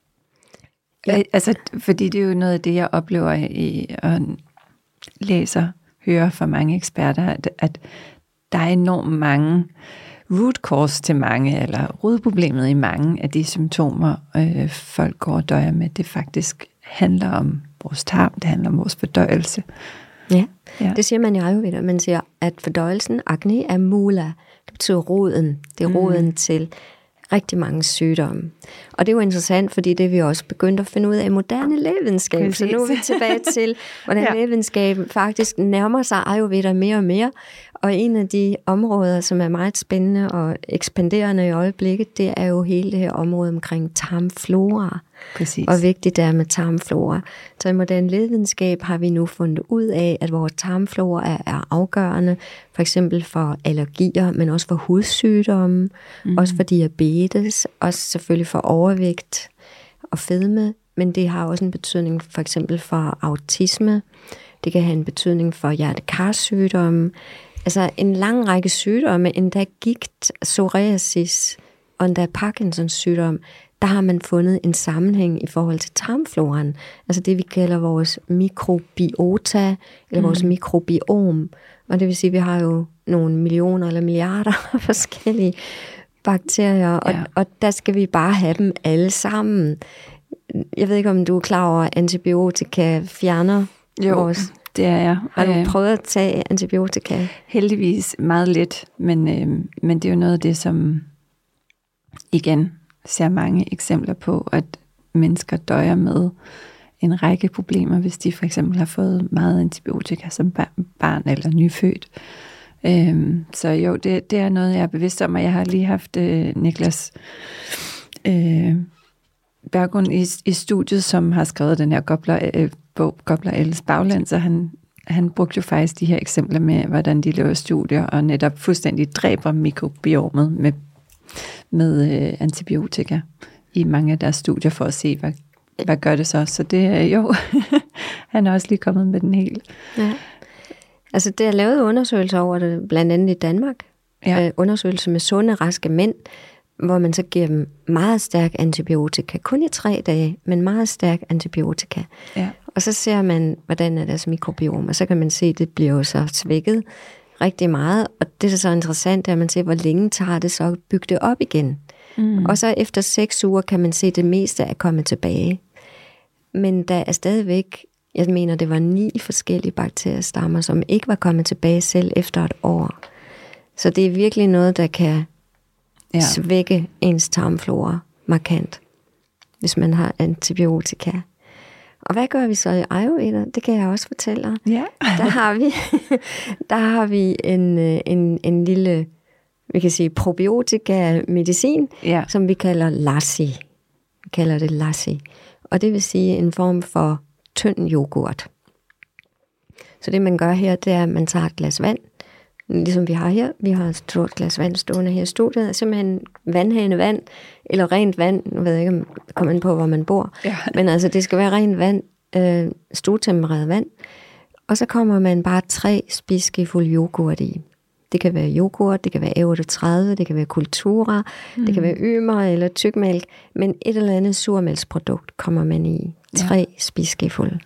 Ja. Altså, fordi det er jo noget af det, jeg oplever i og læser, hører fra mange eksperter, at der er enormt mange root cause til mange, eller rodproblemet i mange af de symptomer, folk går og døjer med. Det faktisk handler om vores tarm, det handler om vores fordøjelse. Ja. Det siger man i Ayurveda. Man siger, at fordøjelsen, Agni, er mula. Det betyder roden. Det er roden til rigtig mange sygdomme. Og det er jo interessant, fordi det er vi også begyndt at finde ud af i moderne lægevidenskab. Præcis. Så nu er vi tilbage til, hvordan lægevidenskaben faktisk nærmer sig Ayurveda mere og mere. Og en af de områder, som er meget spændende og ekspanderende i øjeblikket, det er jo hele det her område omkring tarmflora. Præcis. Og vigtigt det er med tarmflora. Så i moderne lægevidenskab har vi nu fundet ud af, at vores tarmflora er afgørende, for eksempel for allergier, men også for hudsygdomme, også for diabetes, også selvfølgelig for overvægt og fedme, men det har også en betydning for eksempel for autisme. Det kan have en betydning for hjerte-karsygdomme. Altså en lang række sygdomme, endda gigt, psoriasis og endda Parkinsons sygdom, der har man fundet en sammenhæng i forhold til tarmfloraen. Altså det, vi kalder vores mikrobiota, eller vores mikrobiom. Og det vil sige, at vi har jo nogle millioner eller milliarder af forskellige bakterier, og der skal vi bare have dem alle sammen. Jeg ved ikke, om du er klar over, at antibiotika fjerner vores... Det er jeg. Har du prøvet at tage antibiotika? Heldigvis meget lidt, men det er jo noget af det, som igen ser mange eksempler på, at mennesker døjer med en række problemer, hvis de for eksempel har fået meget antibiotika som barn eller nyfødt. Så jo, det er noget, jeg er bevidst om, og jeg har lige haft Niklas Berggren i studiet, som har skrevet den her bog, Gobler Elles Bagland, så han brugte jo faktisk de her eksempler med, hvordan de laver studier, og netop fuldstændig dræber mikrobiomet med antibiotika i mange af deres studier, for at se, hvad gør det så. Så det er jo, han er også lige kommet med den helt. Ja. Altså, det er lavet undersøgelser over det, blandt andet i Danmark. Ja. Undersøgelser med sunde, raske mænd, hvor man så giver dem meget stærk antibiotika. Kun i 3 dage, men meget stærk antibiotika. Ja. Og så ser man, hvordan er deres mikrobiom, og så kan man se, at det bliver jo så svækket rigtig meget. Og det, der er så interessant, er, at man ser, hvor længe tager det så at bygge det op igen. Og så efter 6 uger kan man se, at det meste er kommet tilbage. Men der er stadigvæk, jeg mener, det var 9 forskellige bakteriestammer, som ikke var kommet tilbage selv efter et år. Så det er virkelig noget, der kan svække ens tarmflora markant, hvis man har antibiotika. Og hvad gør vi så i Ayurveda? Det kan jeg også fortælle dig. Ja. Der har vi en lille, vi kan sige, probiotika-medicin, som vi kalder lassi. Vi kalder det lassi. Og det vil sige en form for tynd yoghurt. Så det, man gør her, det er, at man tager et glas vand, ligesom vi har her. Vi har et stort glas vand stående her i studiet. Simpelthen vandhængende vand, eller rent vand. Nu ved jeg ikke, om det kommer ind på, hvor man bor. Ja. Men altså, det skal være rent vand, stuetempereret vand. Og så kommer man bare 3 spiseskefulde yoghurt i. Det kan være yoghurt, det kan være E38, det kan være Kultura, det kan være ymer eller tykmælk. Men et eller andet surmælksprodukt kommer man i. 3 spiseskefulde.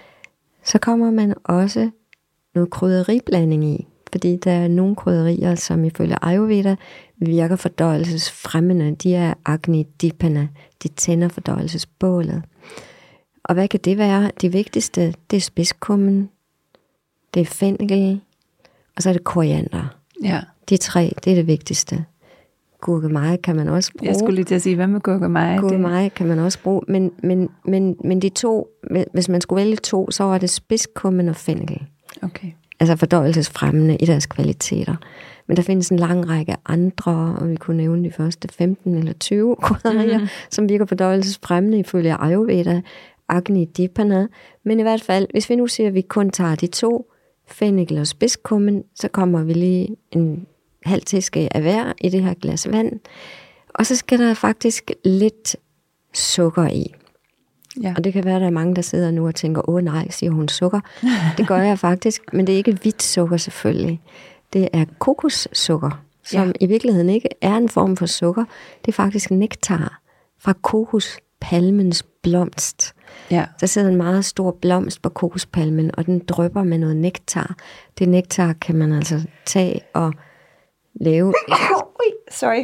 Så kommer man også noget krydderiblanding i. Fordi der er nogle krydderier, som ifølge Ayurveda virker fordøjelsesfremmende. De er Agni Dipana. De tænder fordøjelsesbålet. Og hvad kan det være? De vigtigste, det er spidskummen, det er fennikel, og så er det koriander. Ja. De 3, det er det vigtigste. Gurkemeje kan man også bruge. Jeg skulle lige til at sige, hvad med gurkemeje? Gurkemeje kan man også bruge, men de 2, hvis man skulle vælge 2, så var det spidskummen og fennikel. Okay. Altså fordøjelsesfremmende i deres kvaliteter. Men der findes en lang række andre, og vi kunne nævne de første 15 eller 20 krydderier, som virker fordøjelsesfremmende ifølge Ayurveda, Agni Dipana. Men i hvert fald, hvis vi nu siger, at vi kun tager de 2, fennikel og spidskummen, så kommer vi lige en halv teske af hver i det her glas vand. Og så skal der faktisk lidt sukker i. Ja. Og det kan være, at der er mange, der sidder nu og tænker, nej, siger hun sukker. Det gør jeg faktisk, men det er ikke hvidt sukker selvfølgelig. Det er kokossukker, som i virkeligheden ikke er en form for sukker. Det er faktisk nektar fra kokospalmens blomst. Ja. Der sidder en meget stor blomst på kokospalmen, og den drypper med noget nektar. Det nektar kan man altså tage og lave. Sorry.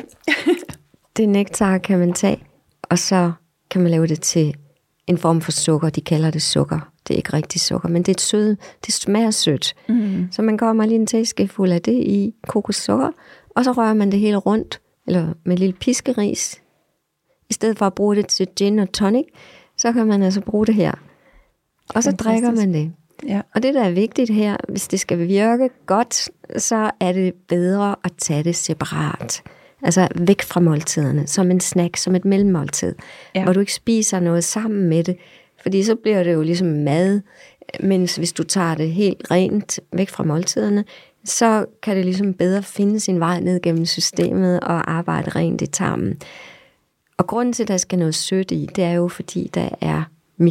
Det nektar kan man tage, og så kan man lave det til en form for sukker. De kalder det sukker. Det er ikke rigtig sukker, men det er sødt. Det smager sødt. Så man kommer lige en teskefuld af det i kokossukker, og så rører man det hele rundt, eller med en lille piskeris. I stedet for at bruge det til gin og tonic, så kan man altså bruge det her. Og så drikker man det. Ja. Og det, der er vigtigt her, hvis det skal virke godt, så er det bedre at tage det separat. Altså væk fra måltiderne, som en snack, som et mellemmåltid, hvor du ikke spiser noget sammen med det. Fordi så bliver det jo ligesom mad, mens hvis du tager det helt rent væk fra måltiderne, så kan det ligesom bedre finde sin vej ned gennem systemet og arbejde rent i tarmen. Og grunden til, at der skal noget sødt i, det er jo fordi, der er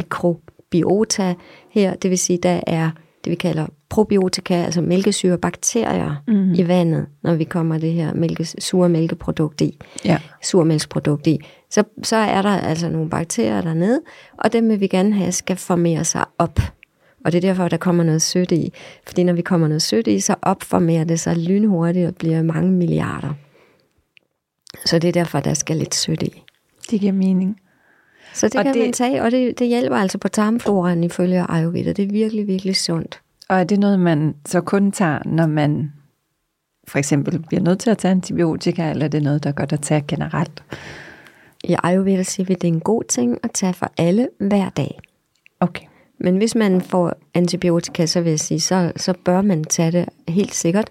mikrobiota her, det vil sige, der er det, vi kalder probiotika, altså mælkesyrebakterier i vandet, når vi kommer det her surmælkeprodukt i, surmælksprodukt i. Så er der altså nogle bakterier dernede, og dem vil vi gerne have, skal formere sig op. Og det er derfor, der kommer noget sødt i. Fordi når vi kommer noget sødt i, så opformerer det sig lynhurtigt og bliver mange milliarder. Så det er derfor, der skal lidt sødt i. Det giver mening. Så det kan man tage, og det hjælper altså på tarmfloraen ifølge Ayurveda. Det er virkelig, virkelig sundt. Og er det noget, man så kun tager, når man for eksempel bliver nødt til at tage antibiotika, eller er det noget, der godt at tage generelt? I Ayurveda siger vi, at det er en god ting at tage for alle hver dag. Okay. Men hvis man får antibiotika, så vil jeg sige, så bør man tage det helt sikkert.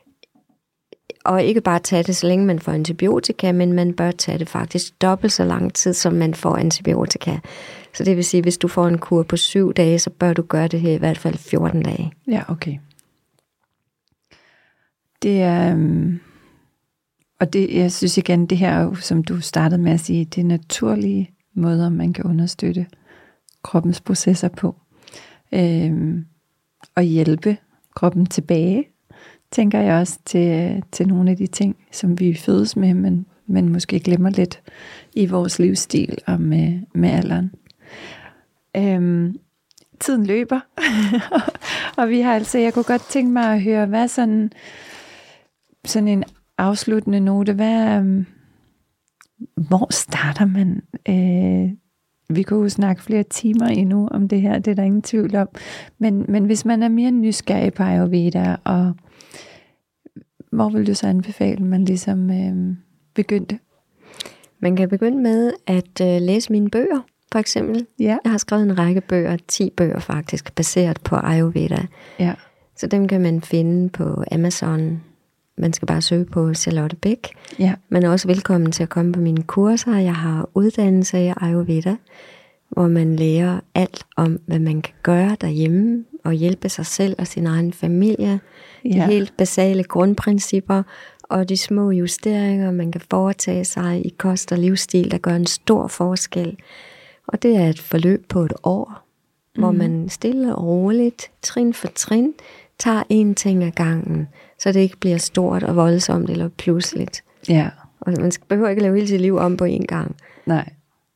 Og ikke bare tage det, så længe man får antibiotika, men man bør tage det faktisk dobbelt så lang tid, som man får antibiotika. Så det vil sige, hvis du får en kur på 7 dage, så bør du gøre det her i hvert fald 14 dage. Ja, okay. Det er... Og det, jeg synes igen, det her er jo, som du startede med at sige, det er naturlige måder, man kan understøtte kroppens processer på. Og hjælpe kroppen tilbage, tænker jeg også til nogle af de ting, som vi fødes med, men måske glemmer lidt i vores livsstil og med alderen. Tiden løber, og vi har altså, jeg kunne godt tænke mig at høre, hvad sådan en afsluttende note, hvor starter man? Vi kunne jo snakke flere timer endnu om det her, det er der ingen tvivl om, men hvis man er mere nysgerrig på Ayurveda, og hvor vil du så anbefale, man ligesom begyndte? Man kan begynde med at læse mine bøger, for eksempel. Ja. Jeg har skrevet en række bøger, 10 bøger faktisk, baseret på Ayurveda. Ja. Så dem kan man finde på Amazon. Man skal bare søge på Charlotte Bech. Ja. Man er også velkommen til at komme på mine kurser. Jeg har uddannelse i Ayurveda, hvor man lærer alt om, hvad man kan gøre derhjemme, og hjælpe sig selv og sin egen familie. Ja. De helt basale grundprincipper, og de små justeringer, man kan foretage sig i kost og livsstil, der gør en stor forskel. Og det er et forløb på et år, hvor man stille og roligt, trin for trin, tager en ting ad gangen, så det ikke bliver stort og voldsomt eller pludseligt. Ja. Og man behøver ikke lave hele sit liv om på en gang. Nej.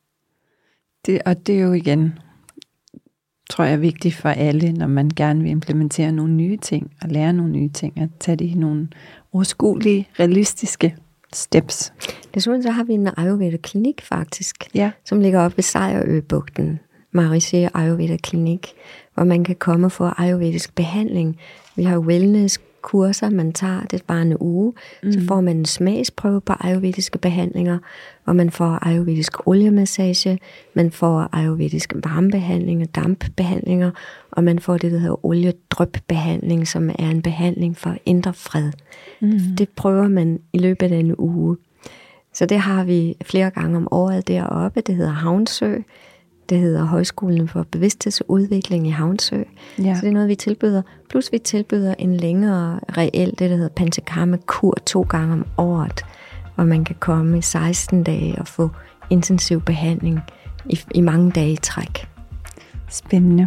Og det er jo igen, tror jeg, er vigtigt for alle, når man gerne vil implementere nogle nye ting og lære nogle nye ting, at tage det i nogle overskuelige, realistiske steps. Desuden så har vi en Ayurveda-klinik faktisk, ja, som ligger oppe ved Sejerøbugten. Maharishi Ayurveda-klinik, hvor man kan komme og få ayurvedisk behandling. Vi har wellness-kurser, man tager, det er bare en uge. Så får man en smagsprøve på ayurvediske behandlinger, og man får ayurvedisk oliemassage, man får ayurvedisk varmebehandlinger, dampbehandlinger, og man får det, der hedder oliedrypbehandling, som er en behandling for indre fred. Det prøver man i løbet af en uge. Så det har vi flere gange om året deroppe. Det hedder Havnsø. Det hedder Højskolen for Bevidsthedsudvikling i Havnsø. Ja. Så det er noget, vi tilbyder. Plus vi tilbyder en længere reel, det der hedder Panchakarma-kur 2 gange om året, hvor man kan komme i 16 dage og få intensiv behandling i mange dage i træk. Spændende.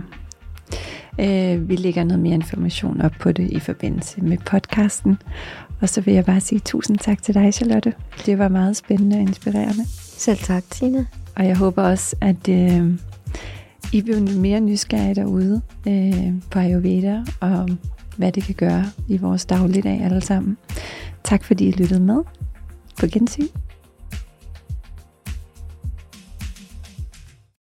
Vi lægger noget mere information op på det i forbindelse med podcasten. Og så vil jeg bare sige tusind tak til dig, Charlotte. Det var meget spændende og inspirerende. Selv tak, Tina. Og jeg håber også, at I bliver mere nysgerrige derude på Ayurveda, og hvad det kan gøre i vores dagligdag alle sammen. Tak fordi I lyttede med. På gensyn.